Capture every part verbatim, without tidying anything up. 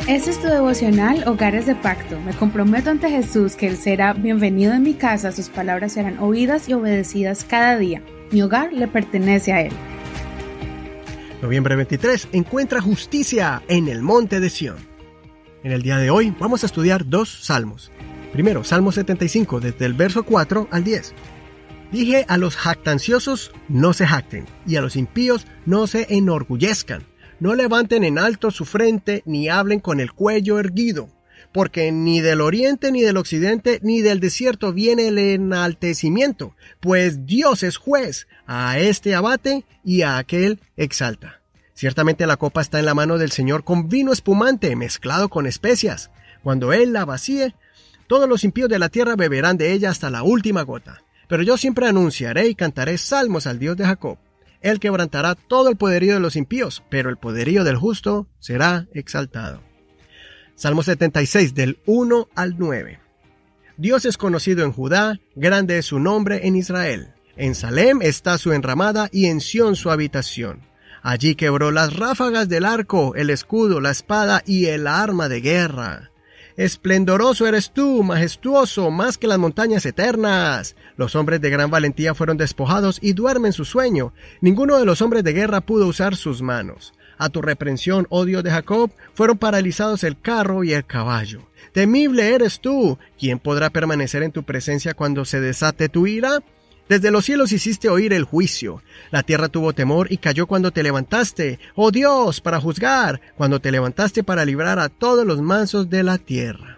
Este es tu devocional Hogares de Pacto. Me comprometo ante Jesús que Él será bienvenido en mi casa, sus palabras serán oídas y obedecidas cada día. Mi hogar le pertenece a Él. Noviembre veintitrés. Encuentra justicia en el monte de Sión. En el día de hoy vamos a estudiar dos salmos. Primero, Salmo setenta y cinco, desde el verso cuatro al diez. Dije a los jactanciosos, no se jacten, y a los impíos no se enorgullezcan. No levanten en alto su frente, ni hablen con el cuello erguido, porque ni del oriente, ni del occidente, ni del desierto viene el enaltecimiento, pues Dios es juez, a este abate y a aquel exalta. Ciertamente la copa está en la mano del Señor con vino espumante, mezclado con especias. Cuando Él la vacíe, todos los impíos de la tierra beberán de ella hasta la última gota. Pero yo siempre anunciaré y cantaré salmos al Dios de Jacob. Él quebrantará todo el poderío de los impíos, pero el poderío del justo será exaltado. Salmo setenta y seis, del uno al nueve. Dios es conocido en Judá, grande es su nombre en Israel. En Salem está su enramada y en Sión su habitación. Allí quebró las ráfagas del arco, el escudo, la espada y el arma de guerra. Esplendoroso eres tú, majestuoso, más que las montañas eternas. Los hombres de gran valentía fueron despojados y duermen su sueño. Ninguno de los hombres de guerra pudo usar sus manos. A tu reprensión, oh Dios de Jacob, fueron paralizados el carro y el caballo. Temible eres tú. ¿Quién podrá permanecer en tu presencia cuando se desate tu ira? Desde los cielos hiciste oír el juicio. La tierra tuvo temor y cayó cuando te levantaste, oh Dios, para juzgar, cuando te levantaste para librar a todos los mansos de la tierra.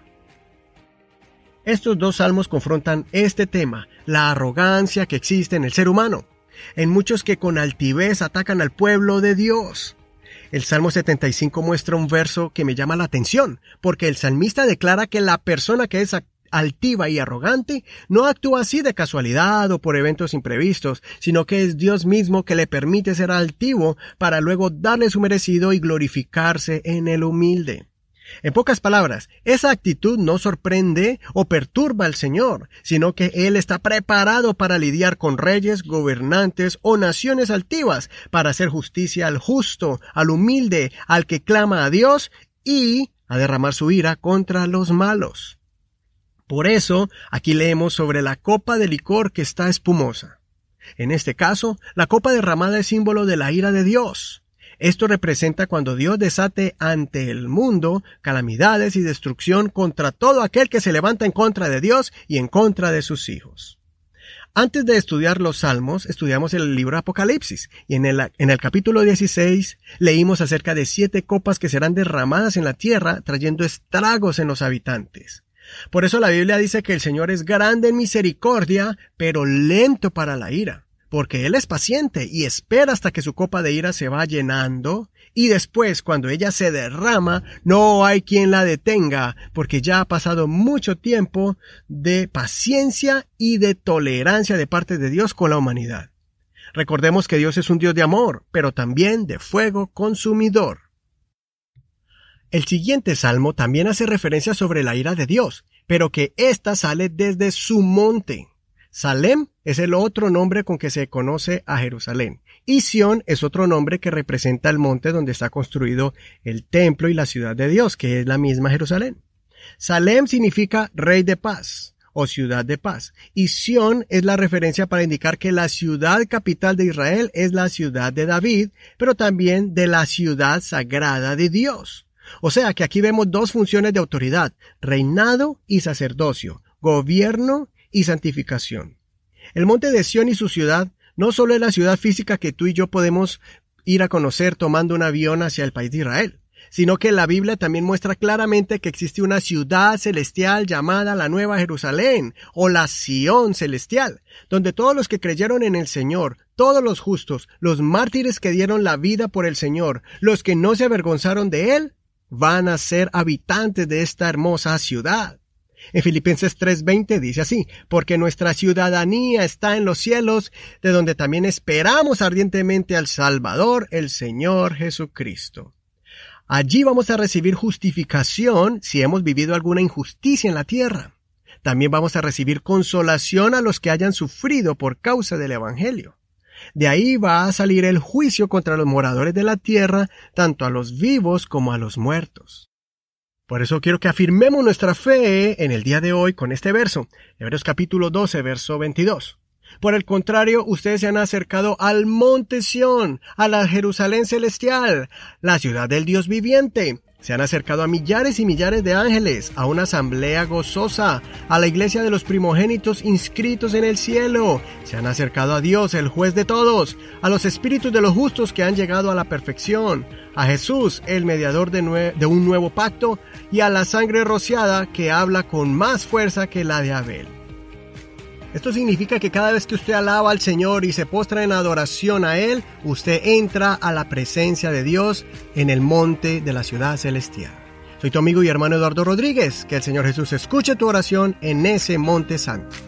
Estos dos salmos confrontan este tema, la arrogancia que existe en el ser humano, en muchos que con altivez atacan al pueblo de Dios. El Salmo setenta y cinco muestra un verso que me llama la atención, porque el salmista declara que la persona que es altiva y arrogante no actúa así de casualidad o por eventos imprevistos, sino que es Dios mismo que le permite ser altivo para luego darle su merecido y glorificarse en el humilde. En pocas palabras, esa actitud no sorprende o perturba al Señor, sino que Él está preparado para lidiar con reyes, gobernantes o naciones altivas, para hacer justicia al justo, al humilde, al que clama a Dios y a derramar su ira contra los malos. Por eso, aquí leemos sobre la copa de licor que está espumosa. En este caso, la copa derramada es símbolo de la ira de Dios. Esto representa cuando Dios desate ante el mundo calamidades y destrucción contra todo aquel que se levanta en contra de Dios y en contra de sus hijos. Antes de estudiar los Salmos, estudiamos el libro Apocalipsis, y en el, en el capítulo dieciséis leímos acerca de siete copas que serán derramadas en la tierra, trayendo estragos en los habitantes. Por eso la Biblia dice que el Señor es grande en misericordia, pero lento para la ira, porque Él es paciente y espera hasta que su copa de ira se va llenando, y después, cuando ella se derrama, no hay quien la detenga, porque ya ha pasado mucho tiempo de paciencia y de tolerancia de parte de Dios con la humanidad. Recordemos que Dios es un Dios de amor, pero también de fuego consumidor. El siguiente salmo también hace referencia sobre la ira de Dios, pero que ésta sale desde su monte. Salem es el otro nombre con que se conoce a Jerusalén, y Sión es otro nombre que representa el monte donde está construido el templo y la ciudad de Dios, que es la misma Jerusalén. Salem significa rey de paz o ciudad de paz, y Sión es la referencia para indicar que la ciudad capital de Israel es la ciudad de David, pero también de la ciudad sagrada de Dios. O sea que aquí vemos dos funciones de autoridad, reinado y sacerdocio, gobierno y santificación. El monte de Sión y su ciudad no solo es la ciudad física que tú y yo podemos ir a conocer tomando un avión hacia el país de Israel, sino que la Biblia también muestra claramente que existe una ciudad celestial llamada la Nueva Jerusalén o la Sión celestial, donde todos los que creyeron en el Señor, todos los justos, los mártires que dieron la vida por el Señor, los que no se avergonzaron de Él, van a ser habitantes de esta hermosa ciudad. En Filipenses tres veinte dice así, porque nuestra ciudadanía está en los cielos, de donde también esperamos ardientemente al Salvador, el Señor Jesucristo. Allí vamos a recibir justificación si hemos vivido alguna injusticia en la tierra. También vamos a recibir consolación a los que hayan sufrido por causa del Evangelio. De ahí va a salir el juicio contra los moradores de la tierra, tanto a los vivos como a los muertos. Por eso quiero que afirmemos nuestra fe en el día de hoy con este verso, Hebreos capítulo doce, verso veintidós. Por el contrario, ustedes se han acercado al monte Sión, a la Jerusalén celestial, la ciudad del Dios viviente. Se han acercado a millares y millares de ángeles, a una asamblea gozosa, a la iglesia de los primogénitos inscritos en el cielo. Se han acercado a Dios, el juez de todos, a los espíritus de los justos que han llegado a la perfección, a Jesús, el mediador de, nue- de un nuevo pacto, y a la sangre rociada que habla con más fuerza que la de Abel. Esto significa que cada vez que usted alaba al Señor y se postra en adoración a Él, usted entra a la presencia de Dios en el monte de la ciudad celestial. Soy tu amigo y hermano Eduardo Rodríguez. Que el Señor Jesús escuche tu oración en ese monte santo.